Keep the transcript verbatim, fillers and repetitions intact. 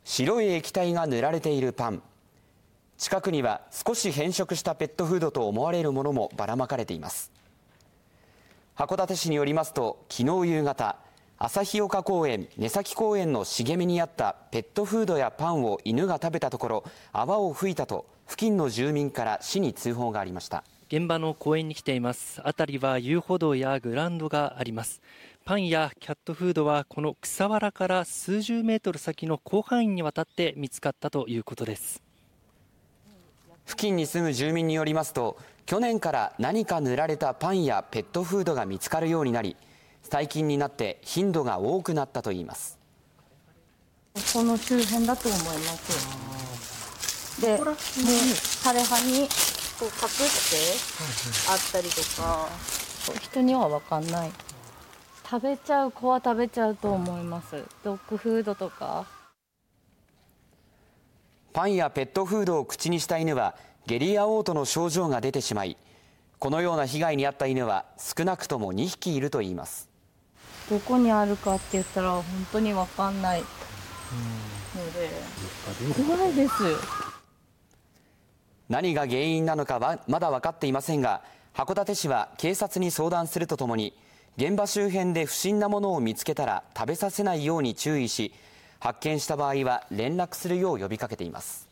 白い液体が塗られているパン、近くには少し変色したペットフードと思われるものもばらまかれています。函館市によりますと、昨日夕方、旭岡公園、根崎公園の茂みにあったペットフードやパンを犬が食べたところ、泡を吹いたと付近の住民から市に通報がありました。 現場の公園に来ています。辺りは遊歩道やグラウンドがあります。パンやキャットフードはこの草わらから数十メートル先の広範囲にわたって見つかったということです。 付近に住む住民によりますと、去年から何か塗られたパンやペットフードが見つかるようになり、最近になって頻度が多くなったといいます。 この周辺だと思います。で、もう枯れ葉にこう隠してあったりとか、人には分かんない。食べちゃう子は食べちゃうと思います。ドッグフードとか。 パンやペットフードを口にした犬は下痢や嘔吐の症状が出てしまい、このような被害に遭った犬は少なくともにひきいるといいます。 どこにあるかって言ったら本当に分かんないので怖いです。 何が原因なのかはまだ分かっていませんが、函館市は警察に相談するとともに、現場周辺で不審なものを見つけたら食べさせないように注意し、発見した場合は連絡するよう呼びかけています。